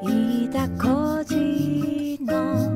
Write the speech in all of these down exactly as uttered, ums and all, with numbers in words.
飯田浩司の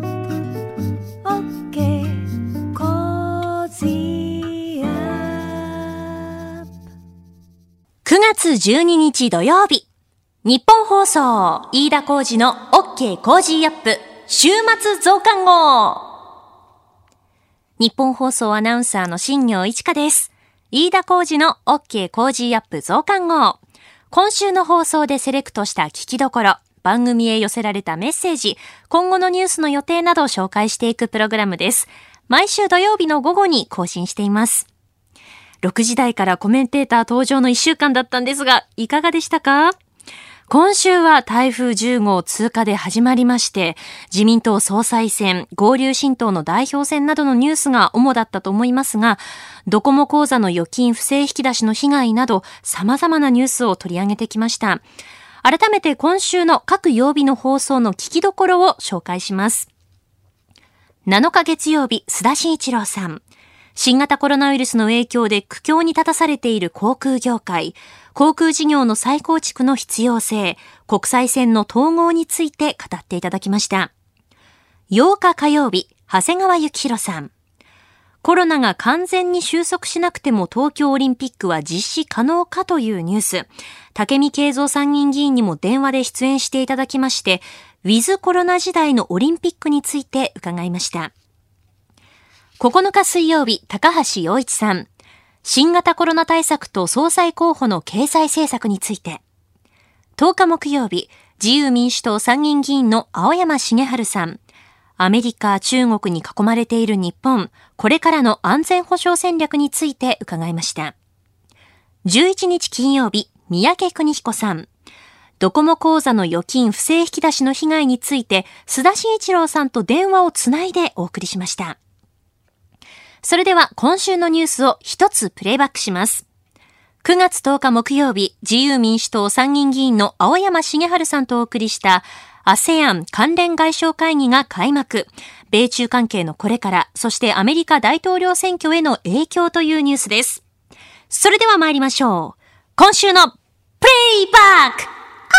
OK コージーアップ。 くがつじゅうににち土曜日、日本放送飯田浩司の OK コージーアップ週末増刊号。日本放送アナウンサーの新業一華です。飯田浩司の OK コージーアップ増刊号。今週の放送でセレクトした聞きどころ、番組へ寄せられたメッセージ、今後のニュースの予定などを紹介していくプログラムです。毎週土曜日の午後に更新しています。ろくじ台からコメンテーター登場のいっしゅうかんだったんですが、いかがでしたか？今週は台風じゅうごう通過で始まりまして、自民党総裁選、合流新党の代表選などのニュースが主だったと思いますが、ドコモ口座の預金不正引き出しの被害など様々なニュースを取り上げてきました。改めて今週の各曜日の放送の聞きどころを紹介します。なのか月曜日、須田慎一郎さん。新型コロナウイルスの影響で苦境に立たされている航空業界、航空事業の再構築の必要性、国際線の統合について語っていただきました。ようか火曜日、長谷川幸宏さん。コロナが完全に収束しなくても東京オリンピックは実施可能かというニュース。武見敬三参議院議員にも電話で出演していただきまして、ウィズコロナ時代のオリンピックについて伺いました。ここのか水曜日、高橋洋一さん。新型コロナ対策と総裁候補の経済政策について。とおか木曜日、自由民主党参議院議員の青山茂春さん。アメリカ、中国に囲まれている日本、これからの安全保障戦略について伺いました。じゅういちにち金曜日、三宅邦彦さん。ドコモ口座の預金不正引き出しの被害について、須田慎一郎さんと電話をつないでお送りしました。それでは今週のニュースを一つプレイバックします。くがつとおか木曜日、自由民主党参議院議員の青山茂春さんとお送りした アセアン 関連外相会議が開幕。米中関係のこれから、そしてアメリカ大統領選挙への影響というニュースです。それでは参りましょう。今週のプレイバック。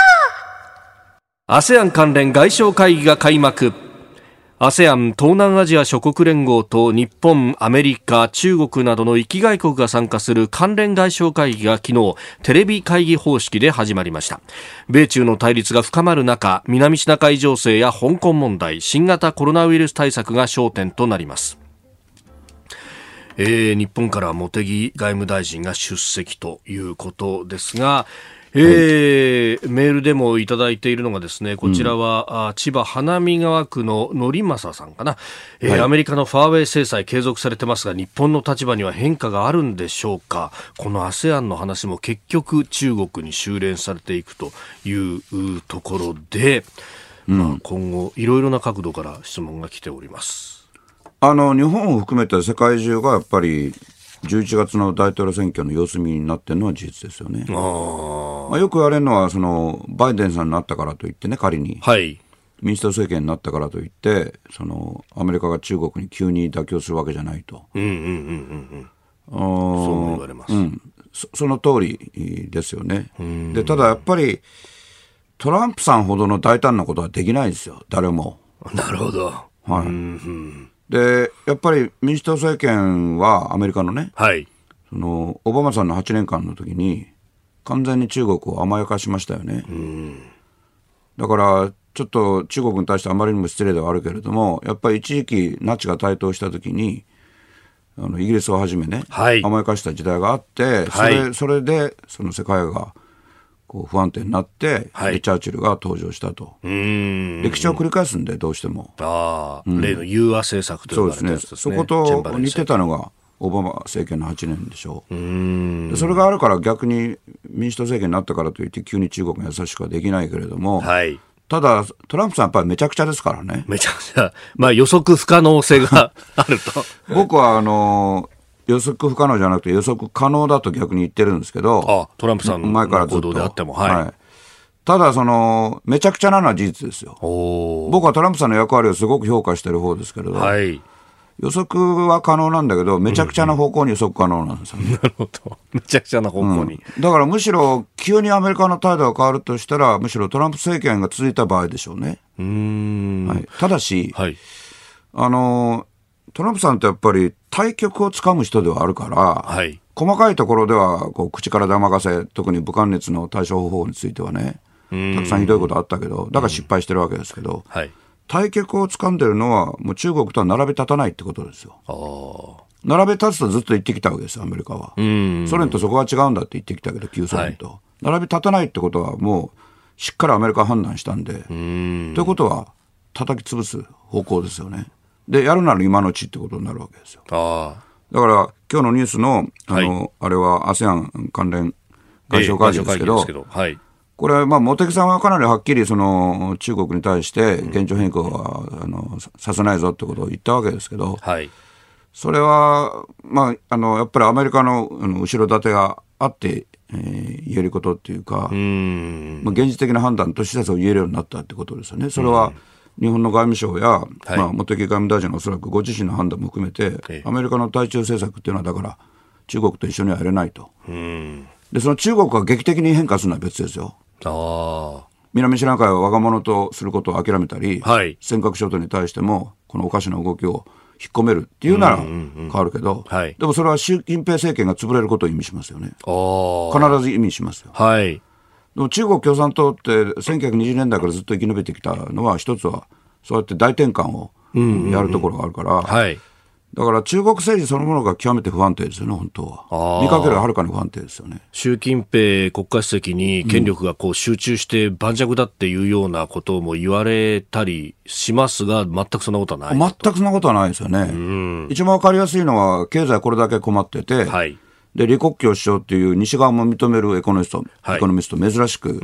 アセアン 関連外相会議が開幕。アセアン 東南アジア諸国連合と日本、アメリカ、中国などの域外国が参加する関連外相会議が昨日テレビ会議方式で始まりました。米中の対立が深まる中、南シナ海情勢や香港問題、新型コロナウイルス対策が焦点となります。えー、日本から茂木外務大臣が出席ということですが、えーはい、メールでもいただいているのがですね、こちらは、うん、千葉花見川区の則正さんかな、えーはい、アメリカのファーウェイ制裁継続されてますが、日本の立場には変化があるんでしょうか。この アセアン の話も結局中国に収斂されていくというところで、うんまあ、今後いろいろな角度から質問が来ております。 あの日本を含めて世界中がやっぱりじゅういちがつの大統領選挙の様子見になっているのは事実ですよね。あ、まあ、よく言われるのはそのバイデンさんになったからといってね、仮に、はい、民主党政権になったからといってそのアメリカが中国に急に妥協するわけじゃないと、うんうんうんうんうん、そうも言われます、うん、そ, その通りですよね。でただやっぱりトランプさんほどの大胆なことはできないですよ、誰も。 なるほど、 はい、うんうんでやっぱり民主党政権はアメリカのね、はい、そのオバマさんのはちねんかんの時に完全に中国を甘やかしましたよね。うんだからちょっと中国に対してあまりにも失礼ではあるけれども、やっぱり一時期ナチが台頭した時にあのイギリスをはじめね、はい、甘やかした時代があって、それ、はい、それでその世界がこう不安定になって、はい、チャーチルが登場したと。うーん歴史を繰り返すんでどうしても。 あ、うん、例の融和政策というのがあるやつですね。 そうですね。そこと似てたのがオバマ政権のはちねんでしょう。うーんでそれがあるから逆に民主党政権になったからといって急に中国が優しくはできないけれども、はい、ただトランプさんやっぱりめちゃくちゃですからね。 めちゃくちゃ、まあ、予測不可能性があると僕はあの予測不可能じゃなくて予測可能だと逆に言ってるんですけど、 あトランプさんの行動であっても、はいはい、 ただそのめちゃくちゃなのは事実ですよ。お僕はトランプさんの役割をすごく評価してる方ですけれど、はい、 予測は可能なんだけど、めちゃくちゃな方向に予測可能なんですよ、ね、 うんうん、なるほど。めちゃくちゃな方向に、 うん、だからむしろ急にアメリカの態度が変わるとしたら、むしろトランプ政権が続いた場合でしょうね。 うーん、 はい、ただし、 はい、 あのトランプさんってやっぱり対局をつかむ人ではあるから、 はい、 細かいところではこう口からだまかせ、特に武漢熱の対処方法についてはね、たくさんひどいことあったけど、だから失敗してるわけですけど、はい、対局をつかんでるのはもう中国とは並べ立たないってことですよ。あ、並べ立つとずっと言ってきたわけですよ、アメリカは。ソ連とそこは違うんだって言ってきたけど、旧ソ連と、はい、並べ立たないってことはもうしっかりアメリカは判断したんで、うーん、ということは叩き潰す方向ですよね。でやるなら今のうちってことになるわけですよ。あ、だから今日のニュースの、あの、はい、あれは アセアン 関連外相会議ですけど、えー、けどはい、これ、まあ、茂木さんはかなりはっきりその中国に対して現状変更は、うん、あのさせないぞってことを言ったわけですけど、はい、それは、まあ、あのやっぱりアメリカ の, あの後ろ盾があって、えー、言えることっていうか、うーん、まあ、現実的な判断としてそれを言えるようになったってことですよね。それは日本の外務省や、はい、まあ、茂木外務大臣のおそらくご自身の判断も含めて、ええ、アメリカの対中政策っていうのはだから中国と一緒にはやれないと。うん、でその中国が劇的に変化するのは別ですよ。あ、南シナ海を我が物とすることを諦めたり、はい、尖閣諸島に対してもこのおかしな動きを引っ込めるっていうなら変わるけど、うんうんうん、はい、でもそれは習近平政権が潰れることを意味しますよね。あ、必ず意味しますよ。はい、でも中国共産党ってせんきゅうひゃくにじゅうねんだいからずっと生き延びてきたのは、一つはそうやって大転換をやるところがあるから、うんうんうん、はい、だから中国政治そのものが極めて不安定ですよね、本当は。見かけるはるかに不安定ですよね。習近平国家主席に権力がこう集中して盤石だっていうようなことも言われたりしますが、全くそんなことはない。 全くそんなことはないですよね。うん、一番わかりやすいのは経済これだけ困ってて、はい、で李克強首相っていう西側も認めるエコノミスト、はい、エコノミスト珍しく、うん、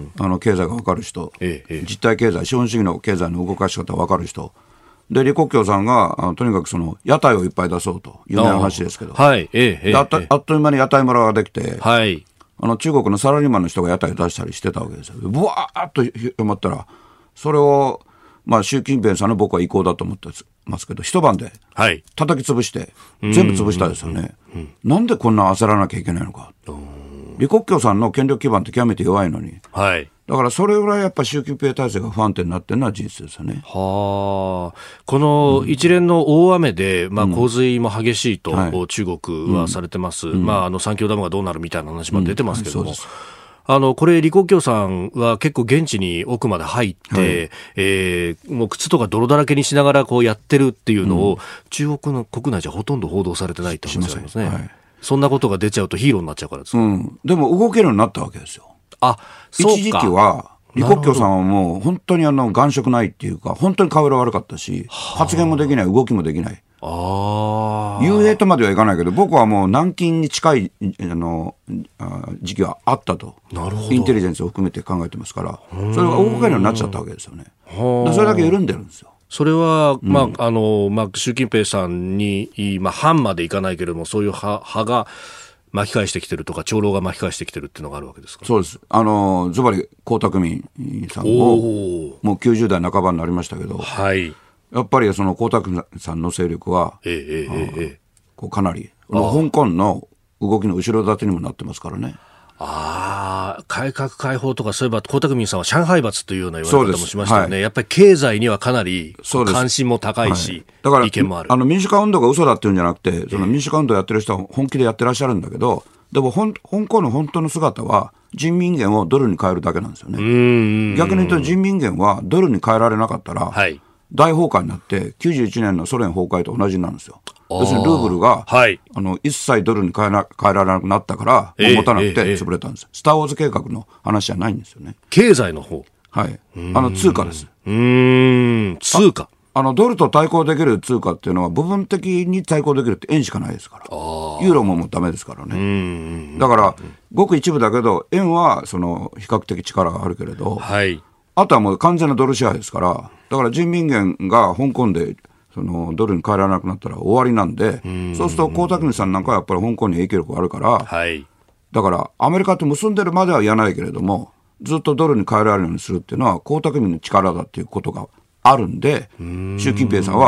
あの経済が分かる人、ええ、実体経済、資本主義の経済の動かし方が分かる人で、李克強さんがあのとにかくその屋台をいっぱい出そうというような話ですけど、はい、ええ、あっと、あっという間に屋台村ができて、はい、あの中国のサラリーマンの人が屋台を出したりしてたわけですよ。ブワーッと広まったら、それを、まあ、習近平さんの僕は意向だと思ってますけど、一晩で叩き潰して、はい、全部潰したですよね。なんでこんな焦らなきゃいけないのか。李克強さんの権力基盤って極めて弱いのに、はい、だからそれぐらいやっぱ習近平体制が不安定になってるのは事実ですよね。 はあ、この一連の大雨で、まあ、洪水も激しいと、うん、中国はされてます、うん、まあ、あの三峡ダムがどうなるみたいな話も出てますけども、うん、はい、あのこれ李克強さんは結構現地に奥まで入って、はい、えー、もう靴とか泥だらけにしながらこうやってるっていうのを、うん、中国の国内じゃほとんど報道されてないって話がありますね。はい、そんなことが出ちゃうとヒーローになっちゃうからですか。 うん、でも動けるようになったわけですよ。あ、そうか。一時期は李克強さんはもう本当にあの眼色ないっていうか、本当に顔色悪かったし、発言もできない、動きもできない。あ、幽閉とまではいかないけど、僕はもう軟禁に近いあのあ時期はあったと。なるほど。インテリジェンスを含めて考えてますから、それが動けるようになっちゃったわけですよね。それだけ緩んでるんですよ。 それは、まあ、うん、あの、まあ、習近平さんに、まあ、反までいかないけれども、そういう派、派が巻き返してきてるとか、長老が巻き返してきてるっていうのがあるわけですか。 そうです。あの、ズバリ、江沢民さんも、もうきゅうじゅうだいなかばになりましたけど、はい。やっぱりその江沢民さんの勢力は、ええええええ、こうかなり、香港の動きの後ろ盾にもなってますからね。 ああ、改革開放とか、そういえば江沢民さんは上海閥というような言われ方もしましたよね。はい、やっぱり経済にはかなり関心も高いし、はい、 だから意見もある。 あの民主化運動が嘘だっていうんじゃなくて、その民主化運動やってる人は本気でやってらっしゃるんだけど、でも香港の本当の姿は人民元をドルに変えるだけなんですよね。うーん、逆に言うと人民元はドルに変えられなかったら、はい、大崩壊になってきゅうじゅういちねんのソ連崩壊と同じになるんですよ。要するにルーブルが、はい、あの一切ドルに変えな、変えられなくなったから、えー、持たなくて潰れたんです、えーえー、スターウォーズ計画の話じゃないんですよね。 経済の方、 はい、あの通貨です。 うーん、通貨、 あのドルと対抗できる通貨っていうのは部分的に対抗できるって円しかないですから。ユーロももうダメですからね。うーん、だからごく一部だけど円はその比較的力があるけれど、はい、あとはもう完全なドル支配ですから、だから人民元が香港でそのドルに変えられなくなったら終わりなんで、うん、そうすると江沢民さんなんかはやっぱり香港に影響力があるから、はい、だからアメリカと結んでるまでは言わないけれども、ずっとドルに変えられるようにするっていうのは江沢民の力だっていうことがあるんで、習近平さんは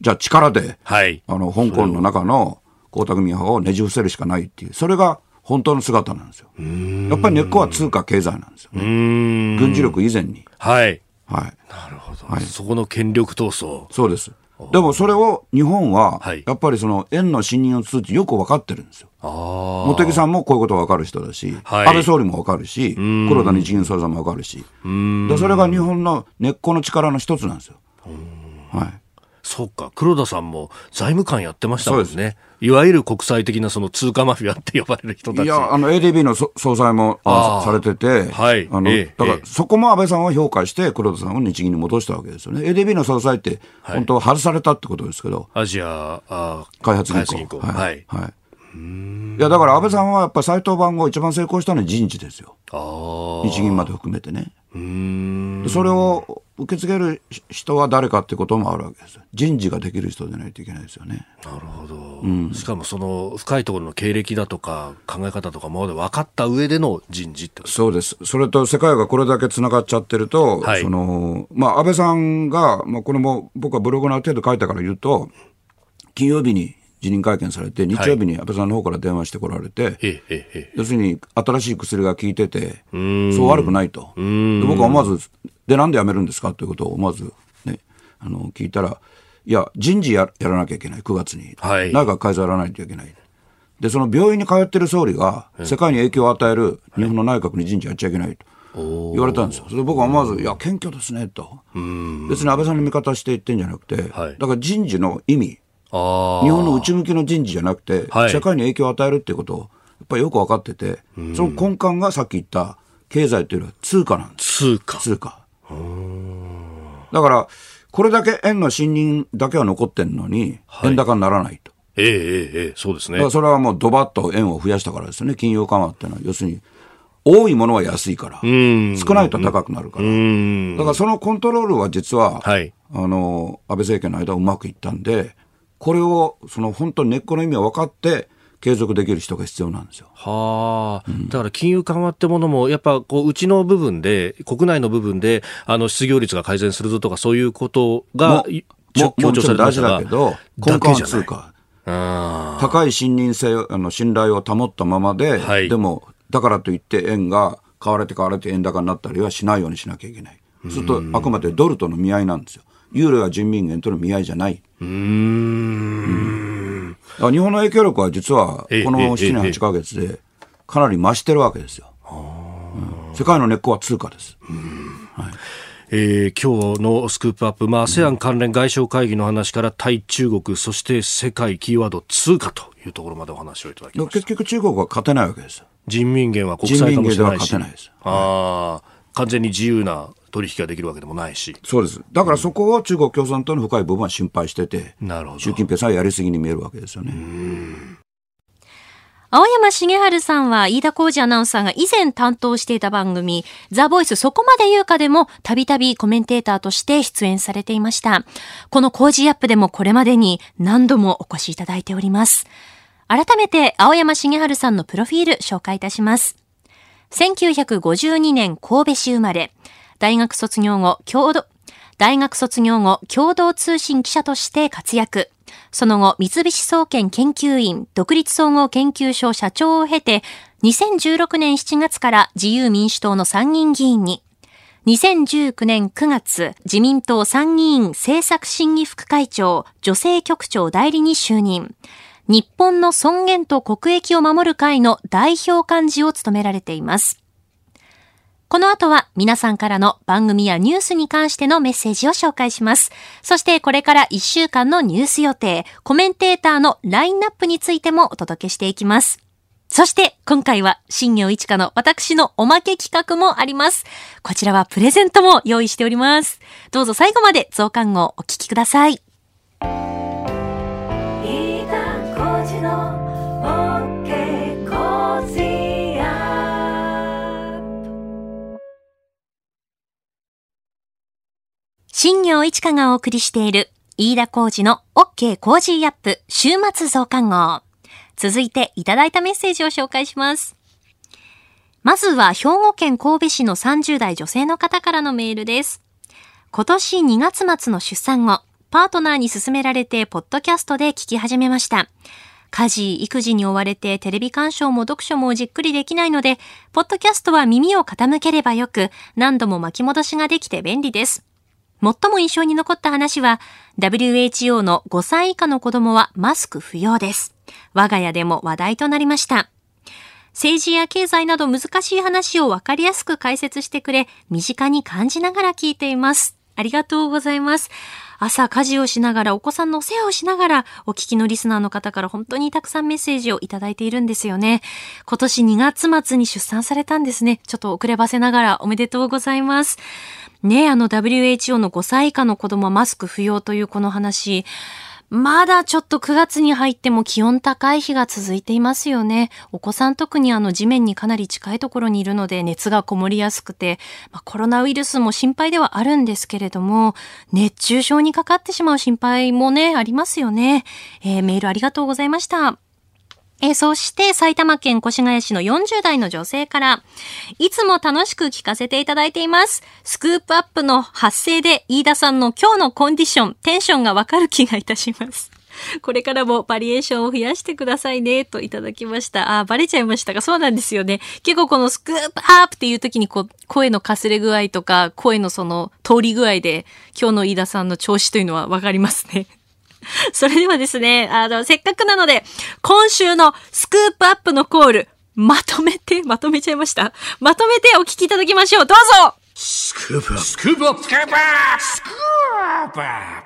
じゃあ力で、 はい、 あの香港の中の江沢民派をねじ伏せるしかないっていう、それが本当の姿なんですよ。やっぱり根っこは通貨経済なんですよね。軍事力以前に。 はい。 はい。 なるほど。はい、そこの権力闘争。 そうです。でもそれを日本は、やっぱりその円の信任を通じてよく分かってるんですよ。茂木さんもこういうこと分かる人だし、はい、安倍総理も分かるし、黒田日銀総裁も分かるし、でそれが日本の根っこの力の一つなんですよ。はい。 そうか、黒田さんも財務官やってましたもんね。いわゆる国際的なその通貨マフィアって呼ばれる人たち。 いや、あの エーディービー の総裁もされてて、はい、あの、えー、だからそこも安倍さんは評価して黒田さんを日銀に戻したわけですよね。エーディービー の総裁って本当は外されたってことですけど、 アジアあ開発銀行、 銀行、 はい、 はい、 はい、いやだから安倍さんはやっぱり再登板後一番成功したのは人事ですよ。 あ、 日銀まで含めてね。うーん、それを受け継げる人は誰かってこともあるわけです。人事ができる人でないといけないですよね。 なるほど、うん、しかもその深いところの経歴だとか考え方とかも分かった上での人事ってこと。 そうです。それと世界がこれだけつながっちゃってると、はい、そのまあ、安倍さんが、まあ、これも僕はブログのある程度書いたから言うと、金曜日に辞任会見されて日曜日に安倍さんの方から電話してこられて、はい、要するに新しい薬が効いててそう悪くないと。で僕は思わずでなんで辞めるんですかということを思わず、ね、あの聞いたら、いや人事 や, やらなきゃいけないくがつに、はい、内閣改造やらないといけない。でその病院に通ってる総理が世界に影響を与える日本の内閣に人事やっちゃいけないと言われたんですよ。それで僕は思わず、いや謙虚ですねと。別に安倍さんの味方して言ってんじゃなくて、はい、だから人事の意味、あ日本の内向きの人事じゃなくて、はい、世界に影響を与えるっていうことをやっぱりよく分かってて、その根幹がさっき言った経済というのは通貨なんです。 通貨。 通貨。だからこれだけ円の信任だけは残ってんのに、はい、円高にならないと。 ええええそうですね。 だからそれはもうドバッと円を増やしたからですね。金融緩和っていうのは要するに多いものは安いから、うん少ないと高くなるから、うんだからそのコントロールは実は、はい、あの安倍政権の間うまくいったんで、これをその本当に根っこの意味を分かって継続できる人が必要なんですよ。 はあ、うん、だから金融緩和ってものもやっぱこううちの部分で国内の部分であの失業率が改善するぞとかそういうことが強調されてましたが、大事だけど根幹は通貨、あ高い信任性あの信頼を保ったままで、はい、でもだからといって円が買われて買われて円高になったりはしないようにしなきゃいけない。そうするとあくまでドルとの見合いなんですよ。ユーロや人民元との見合いじゃない。うーん、うん、日本の影響力は実はこのななねんはちかげつでかなり増してるわけですよ。うん、世界の根っこは通貨です。うん、はいえー、今日のスクープアップ、まあ、アセアン 関連外相会議の話から対中国、そして世界キーワード通貨というところまでお話をいただきました。 結局中国は勝てないわけですよ。 人民元は国際化もしないし、人民元では勝てないです。 あ、 完全に自由な取引ができるわけでもないし。 そうです。だからそこを中国共産党の深い部分は心配してて、 なるほど、 習近平さんはやりすぎに見えるわけですよね。うーん、 青山茂春さんは飯田浩二アナウンサーが以前担当していた番組ザ・ボイスそこまで言うかでもたびたびコメンテーターとして出演されていました。このコージーアップでもこれまでに何度もお越しいただいております。改めて青山茂春さんのプロフィール紹介いたします。せんきゅうひゃくごじゅうにねん神戸市生まれ、大学卒業後共同大学卒業後共同通信記者として活躍。その後、三菱総研研究員、独立総合研究所社長を経て、にせんじゅうろくねんしちがつから自由民主党の参議院議員に、にせんじゅうきゅうねんくがつ、自民党参議院政策審議副会長、女性局長代理に就任。日本の尊厳と国益を守る会の代表幹事を務められています。この後は皆さんからの番組やニュースに関してのメッセージを紹介します。そしてこれからいっしゅうかんのニュース予定、コメンテーターのラインナップについてもお届けしていきます。そして今回は新業一華の私のおまけ企画もあります。こちらはプレゼントも用意しております。どうぞ最後まで増刊号お聞きください。新業一華がお送りしている飯田浩司の OK コージーアップ週末増刊号。続いていただいたメッセージを紹介します。まずは兵庫県神戸市のさんじゅう代女性の方からのメールです。今年にがつ末の出産後、 パートナーに勧められてポッドキャストで聞き始めました。家事、育児に追われてテレビ鑑賞も読書もじっくりできないので、ポッドキャストは耳を傾ければよく、何度も巻き戻しができて便利です。最も印象に残った話は、ダブリューエイチオー のごさい以下の子供はマスク不要です。我が家でも話題となりました。政治や経済など難しい話をわかりやすく解説してくれ、身近に感じながら聞いています。ありがとうございます。朝家事をしながらお子さんのお世話をしながらお聞きのリスナーの方から本当にたくさんメッセージをいただいているんですよね。今年にがつ末に出産されたんですね。ちょっと遅ればせながらおめでとうございます。ねえ、あの ダブリューエイチオー のごさい以下の子供はマスク不要というこの話、まだちょっとくがつに入っても気温高い日が続いていますよね。お子さん特にあの地面にかなり近いところにいるので熱がこもりやすくて、まあ、コロナウイルスも心配ではあるんですけれども、熱中症にかかってしまう心配もね、ありますよね。えー、メールありがとうございました。えー、そして埼玉県越谷市のよんじゅう代の女性から、いつも楽しく聞かせていただいています。スクープアップの発声で飯田さんの今日のコンディション、テンションがわかる気がいたします。これからもバリエーションを増やしてくださいね、といただきました。あ、バレちゃいましたが、そうなんですよね。結構このスクープアップっていう時にこう、声のかすれ具合とか、声のその通り具合で、今日の飯田さんの調子というのはわかりますね。それではですね、あの、せっかくなので、今週のスクープアップのコール、まとめて、まとめちゃいました。まとめてお聞きいただきましょう。どうぞ。 スクープアップ、スクープアップ、スクープアップ、スクープアップ。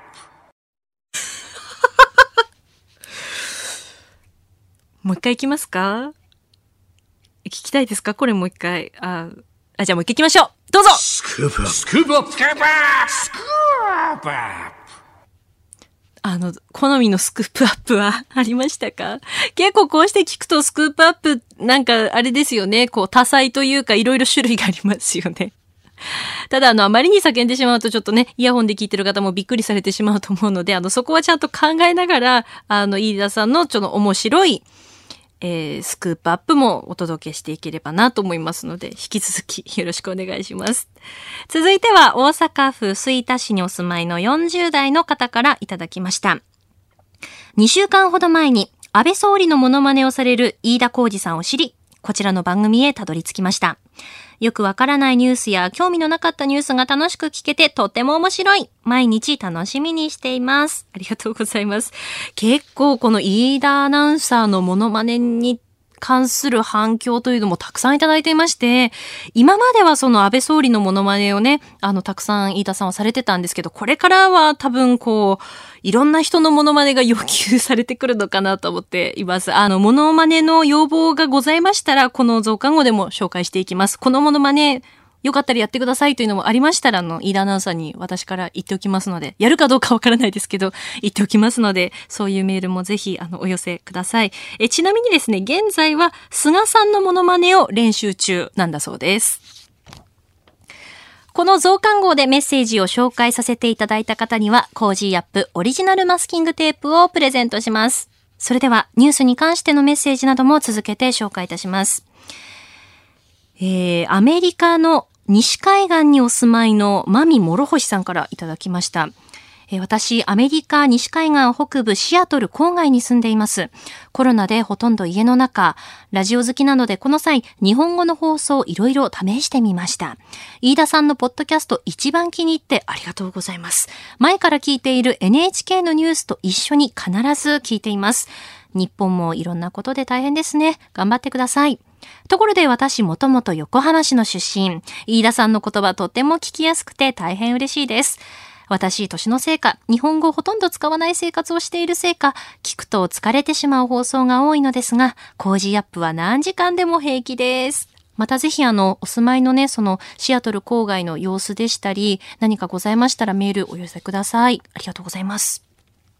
もう一回行きますか？聞きたいですか？これもう一回。あ、あ、じゃあもう一回行きましょう。どうぞ。 スクープアップ、スクープアップ、スクープアップ、スクープアップ。 あの、好みのスクープアップはありましたか？結構こうして聞くとスクープアップ、なんかあれですよね。こう多彩というかいろいろ種類がありますよね。ただあの、あまりに叫んでしまうとちょっとね、イヤホンで聞いてる方もびっくりされてしまうと思うので、あの、そこはちゃんと考えながら、あの、飯田さんのちょっと面白い、えー、スクープアップもお届けしていければなと思いますので、引き続きよろしくお願いします。続いては大阪府吹田市にお住まいのよんじゅう代の方からいただきました。にしゅうかんほど前に安倍総理のモノマネをされる飯田浩司さんを知り、こちらの番組へたどり着きました。よくわからないニュースや興味のなかったニュースが楽しく聞けてとっても面白い。毎日楽しみにしています。ありがとうございます。結構この飯田アナウンサーのモノマネに関する反響というのもたくさんいただいていまして、今まではその安倍総理のモノマネをね、あのたくさん飯田さんはされてたんですけど、これからは多分こういろんな人のモノマネが要求されてくるのかなと思っています。あのモノマネの要望がございましたら、この増刊号でも紹介していきます。このモノマネよかったらやってくださいというのもありましたら、あの、飯田アナウンサーに私から言っておきますので、やるかどうかわからないですけど、言っておきますので、そういうメールもぜひ、あの、お寄せください。え、ちなみにですね、現在は、菅さんのモノマネを練習中なんだそうです。この増刊号でメッセージを紹介させていただいた方には、コージーアップオリジナルマスキングテープをプレゼントします。それでは、ニュースに関してのメッセージなども続けて紹介いたします。えー、アメリカの西海岸にお住まいのマミモロホシさんからいただきました。えー、私、アメリカ西海岸北部シアトル郊外に住んでいます。コロナでほとんど家の中、ラジオ好きなのでこの際、日本語の放送いろいろ試してみました。飯田さんのポッドキャスト一番気に入ってありがとうございます。前から聞いている エヌエイチケー のニュースと一緒に必ず聞いています。日本もいろんなことで大変ですね。頑張ってください。ところで私もともと横浜市の出身。飯田さんの言葉とっても聞きやすくて大変嬉しいです。私、年のせいか、日本語をほとんど使わない生活をしているせいか、聞くと疲れてしまう放送が多いのですが、コージーアップは何時間でも平気です。またぜひあの、お住まいのね、そのシアトル郊外の様子でしたり、何かございましたらメールお寄せください。ありがとうございます。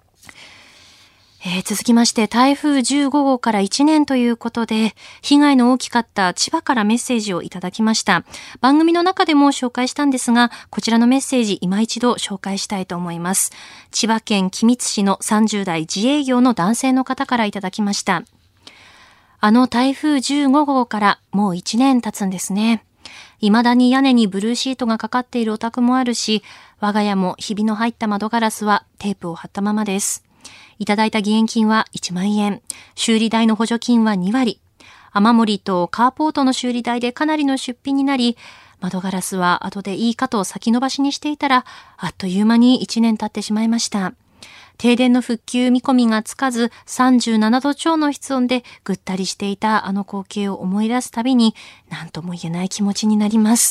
えー、続きまして台風じゅうご号からいちねんということで被害の大きかった千葉からメッセージをいただきました。番組の中でも紹介したんですが、こちらのメッセージ今一度紹介したいと思います。千葉県君津市のさんじゅう代自営業の男性の方からいただきました。あの台風じゅうご号からもういちねん経つんですね。 未だに屋根にブルーシートがかかっているお宅もあるし、我が家もひびの入った窓ガラスはテープを貼ったままです。いただいた義援金はいちまんえん。修理代の補助金はにわり。雨漏りとカーポートの修理代でかなりの出費になり、窓ガラスは後でいいかと先延ばしにしていたら、あっという間にいちねん経ってしまいました。停電の復旧見込みがつかず、さんじゅうななど超の室温でぐったりしていたあの光景を思い出すたびに、何とも言えない気持ちになります。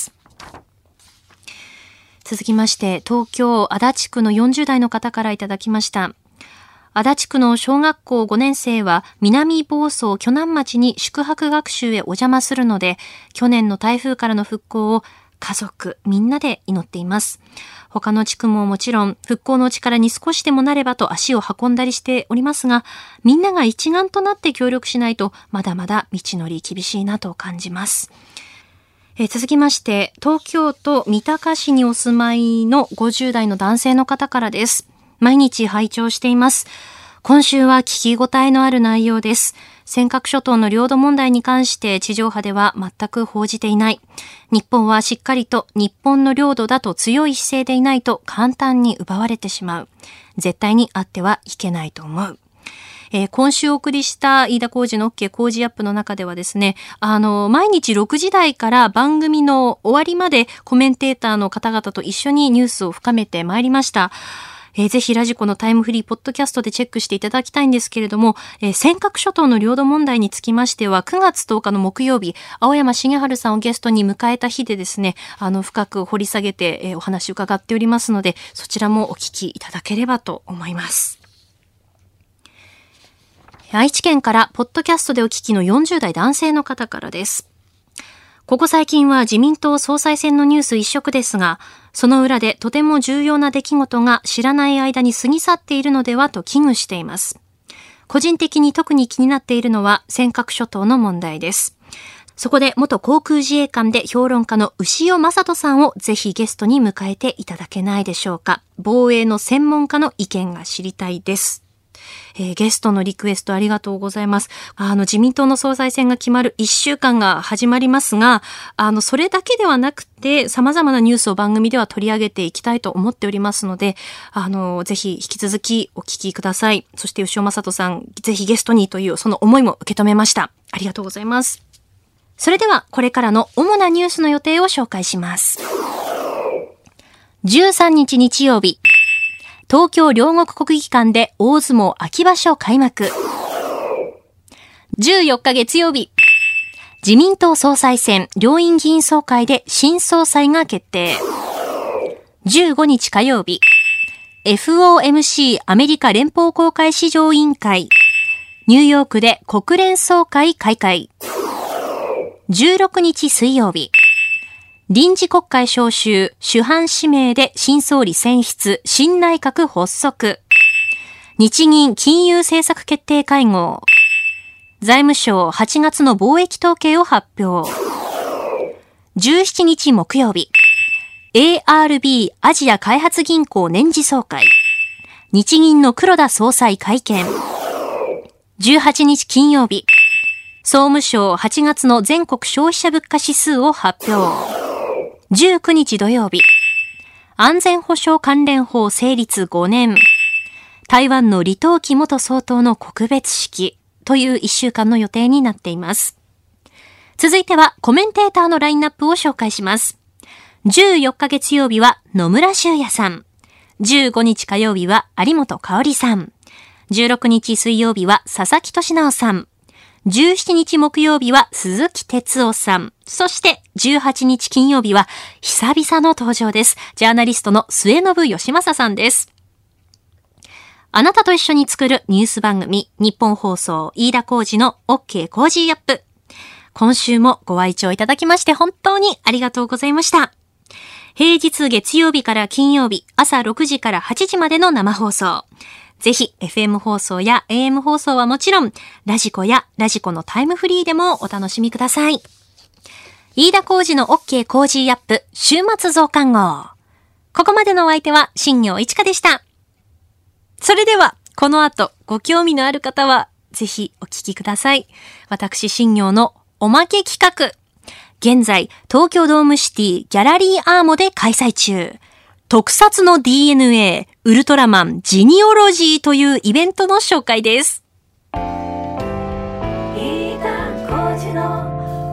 続きまして、東京足立区のよんじゅう代の方からいただきました。足立区の小学校ごねん生は南房総鋸南町に宿泊学習へお邪魔するので、去年の台風からの復興を家族みんなで祈っています。他の地区ももちろん復興の力に少しでもなればと足を運んだりしておりますが、みんなが一丸となって協力しないとまだまだ道のり厳しいなと感じます。えー、続きまして、東京都三鷹市にお住まいのごじゅう代の男性の方からです。毎日拝聴しています。今週は聞き応えのある内容です。尖閣諸島の領土問題に関して地上波では全く報じていない。日本はしっかりと日本の領土だと強い姿勢でいないと簡単に奪われてしまう。絶対にあってはいけないと思う。えー、今週お送りした飯田浩司の OK 工事アップの中ではですね、あの、毎日ろくじ台から番組の終わりまでコメンテーターの方々と一緒にニュースを深めてまいりました。えー、ぜひラジコのタイムフリーポッドキャストでチェックしていただきたいんですけれども、えー、尖閣諸島の領土問題につきましてはくがつとおかの木曜日、青山茂春さんをゲストに迎えた日でですね、あの深く掘り下げて、えー、お話を伺っておりますので、そちらもお聞きいただければと思います。愛知県からポッドキャストでお聞きのよんじゅう代男性の方からです。ここ最近は自民党総裁選のニュース一色ですが、その裏でとても重要な出来事が知らない間に過ぎ去っているのではと危惧しています。個人的に特に気になっているのは尖閣諸島の問題です。そこで元航空自衛官で評論家の牛尾正人さんをぜひゲストに迎えていただけないでしょうか。防衛の専門家の意見が知りたいです。えー、ゲストのリクエストありがとうございます。あの自民党の総裁選が決まるいっしゅうかんが始まりますが、あのそれだけではなくて様々なニュースを番組では取り上げていきたいと思っておりますので、あのぜひ引き続きお聞きください。そして牛尾正人さん、ぜひゲストにというその思いも受け止めました。ありがとうございます。それではこれからの主なニュースの予定を紹介します。じゅうさんにち日曜日、東京両国国技館で大相撲秋場所開幕。じゅうよっか月曜日、自民党総裁選両院議員総会で新総裁が決定。じゅうごにち火曜日、エフオーエムシー アメリカ連邦公開市場委員会、ニューヨークで国連総会開会。じゅうろくにち水曜日、臨時国会召集、主犯指名で新総理選出、新内閣発足。日銀金融政策決定会合。財務省はちがつの貿易統計を発表。じゅうしちにち木曜日、エーアールビー アジア開発銀行年次総会。日銀の黒田総裁会見。じゅうはちにち金曜日、総務省はちがつの全国消費者物価指数を発表。じゅうくにち土曜日、安全保障関連法成立ごねん、台湾の李登輝元総統の告別式といういっしゅうかんの予定になっています。続いてはコメンテーターのラインナップを紹介します。じゅうよっか月曜日は野村修也さん、じゅうごにち火曜日は有本香里さん、じゅうろくにち水曜日は佐々木俊直さん、じゅうしちにち木曜日は鈴木哲夫さん。そしてじゅうはちにち金曜日は久々の登場です。ジャーナリストの末延吉正さんです。あなたと一緒に作るニュース番組、日本放送飯田浩司の OK コージーアップ。今週もご愛聴いただきまして本当にありがとうございました。平日月曜日から金曜日、朝ろくじからはちじまでの生放送。ぜひ エフエム 放送や エーエム 放送はもちろん、ラジコやラジコのタイムフリーでもお楽しみください。飯田浩司の OK コージーアップ週末増刊号。ここまでのお相手は新業一華でした。それではこの後ご興味のある方はぜひお聞きください。私新業のおまけ企画、 現在、東京ドームシティギャラリーアーモで開催中。特撮の ディーエヌエー ウルトラマンジニオロジーというイベントの紹介です。 飯田浩司の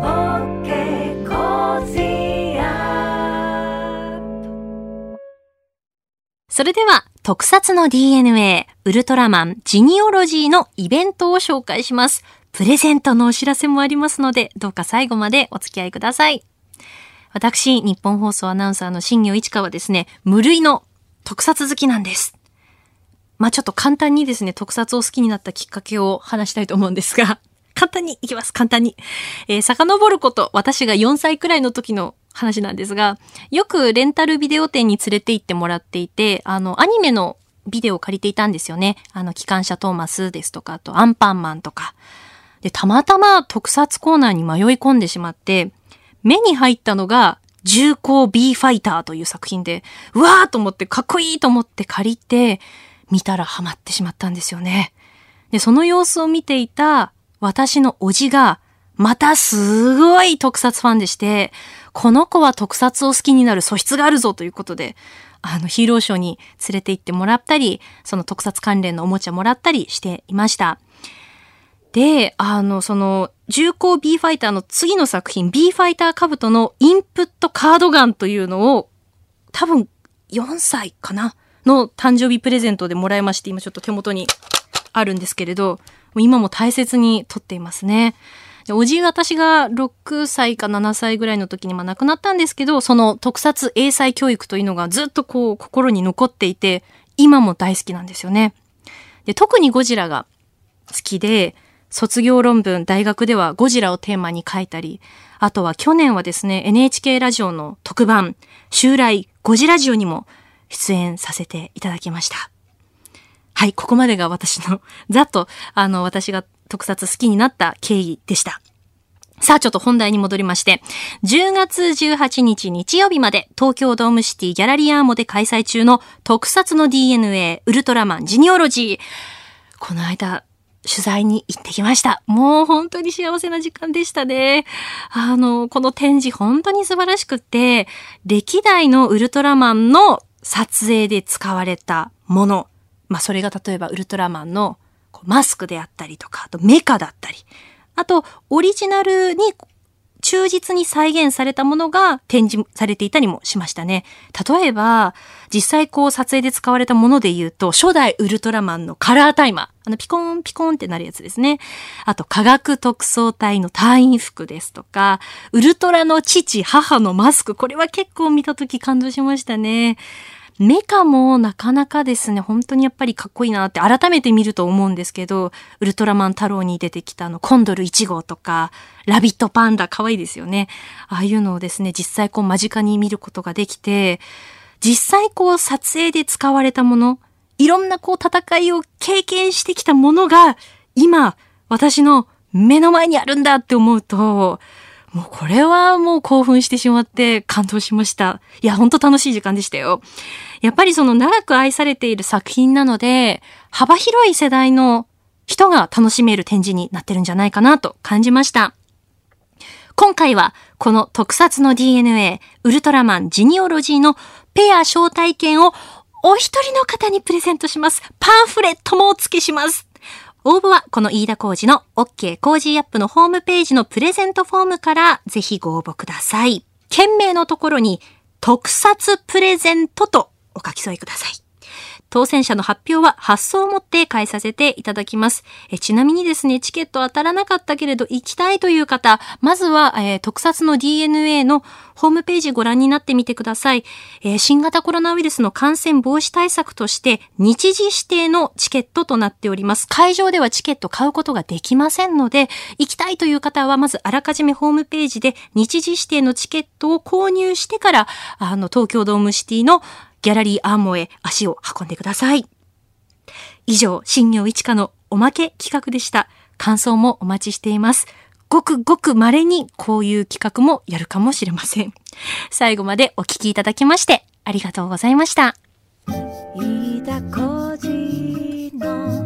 OK コージーアップ。 それでは、特撮の ディーエヌエー ウルトラマンジニオロジーのイベントを紹介します。プレゼントのお知らせもありますので、どうか最後までお付き合いください。私、日本放送アナウンサーの新業一華はですね、無類の特撮好きなんです。まあちょっと簡単にですね、特撮を好きになったきっかけを話したいと思うんですが、簡単にいきます、簡単に。えー、遡ること、私がよんさいくらいの時の話なんですが、よくレンタルビデオ店に連れて行ってもらっていて、あの、アニメのビデオを借りていたんですよね。あの、機関車トーマスですとか、あとアンパンマンとか。で、たまたま特撮コーナーに迷い込んでしまって、目に入ったのが、重工 B ファイターという作品で、うわーと思ってかっこいいと思って借りて、見たらハマってしまったんですよね。で、その様子を見ていた私のおじが、またすごい特撮ファンでして、この子は特撮を好きになる素質があるぞということで、あのヒーローショーに連れて行ってもらったり、その特撮関連のおもちゃもらったりしていました。で、あの、その、重工 B ファイターの次の作品、B ファイターカブトのインプットカードガンというのを、多分よんさいかなの誕生日プレゼントでもらいまして、今ちょっと手元にあるんですけれど、今も大切に取っていますね。で、おじい私がろくさいかななさいぐらいの時にまあ亡くなったんですけど、その特撮英才教育というのがずっとこう心に残っていて、今も大好きなんですよね。で、特にゴジラが好きで、卒業論文、大学ではゴジラをテーマに書いたり、あとは去年はですね、エヌエイチケー ラジオの特番、襲来ゴジラジオにも出演させていただきました。はい、ここまでが私の、ざっと、あの、私が特撮好きになった経緯でした。さあ、ちょっと本題に戻りまして、じゅうがつじゅうはちにち日曜日まで東京ドームシティギャラリーアーモで開催中の特撮の ディーエヌエー ウルトラマンジニオロジー。この間、取材に行ってきました。もう本当に幸せな時間でしたね。あの、この展示本当に素晴らしくって、歴代のウルトラマンの撮影で使われたもの。まあそれが例えばウルトラマンのマスクであったりとか、あとメカだったり、あとオリジナルに忠実に再現されたものが展示されていたりもしましたね。例えば、実際こう撮影で使われたもので言うと、初代ウルトラマンのカラータイマー。あのピコーンピコーンってなるやつですね。あと科学特捜隊の隊員服ですとか、ウルトラの父、母のマスク。これは結構見たとき感動しましたね。メカもなかなかですね、本当にやっぱりかっこいいなって改めて見ると思うんですけど、ウルトラマン太郎に出てきたあのコンドルいち号とか、ラビットパンダ可愛いですよね。ああいうのをですね、実際こう間近に見ることができて、実際こう撮影で使われたもの、いろんなこう戦いを経験してきたものが、今私の目の前にあるんだって思うと、もうこれはもう興奮してしまって感動しました。いや、ほんと楽しい時間でしたよ。やっぱりその長く愛されている作品なので、幅広い世代の人が楽しめる展示になってるんじゃないかなと感じました。今回はこの特撮の ディーエヌエー ウルトラマンジニオロジーのペア招待券をお一人の方にプレゼントします。パンフレットもお付けします。応募はこの飯田浩司の OK コージーアップのホームページのプレゼントフォームからぜひご応募ください。件名のところに特撮プレゼントとお書き添えください。当選者の発表は発送をもって返させていただきます。えちなみにですね、チケット当たらなかったけれど行きたいという方、まずは、えー、特撮の ディーエヌエー のホームページご覧になってみてください。えー、新型コロナウイルスの感染防止対策として日時指定のチケットとなっております。会場ではチケット買うことができませんので、行きたいという方はまずあらかじめホームページで日時指定のチケットを購入してから、あの東京ドームシティのギャラリーアーモへ足を運んでください。以上、新業一華のおまけ企画でした。感想もお待ちしています。ごくごく稀にこういう企画もやるかもしれません。最後までお聞きいただきましてありがとうございました。 飯田浩司の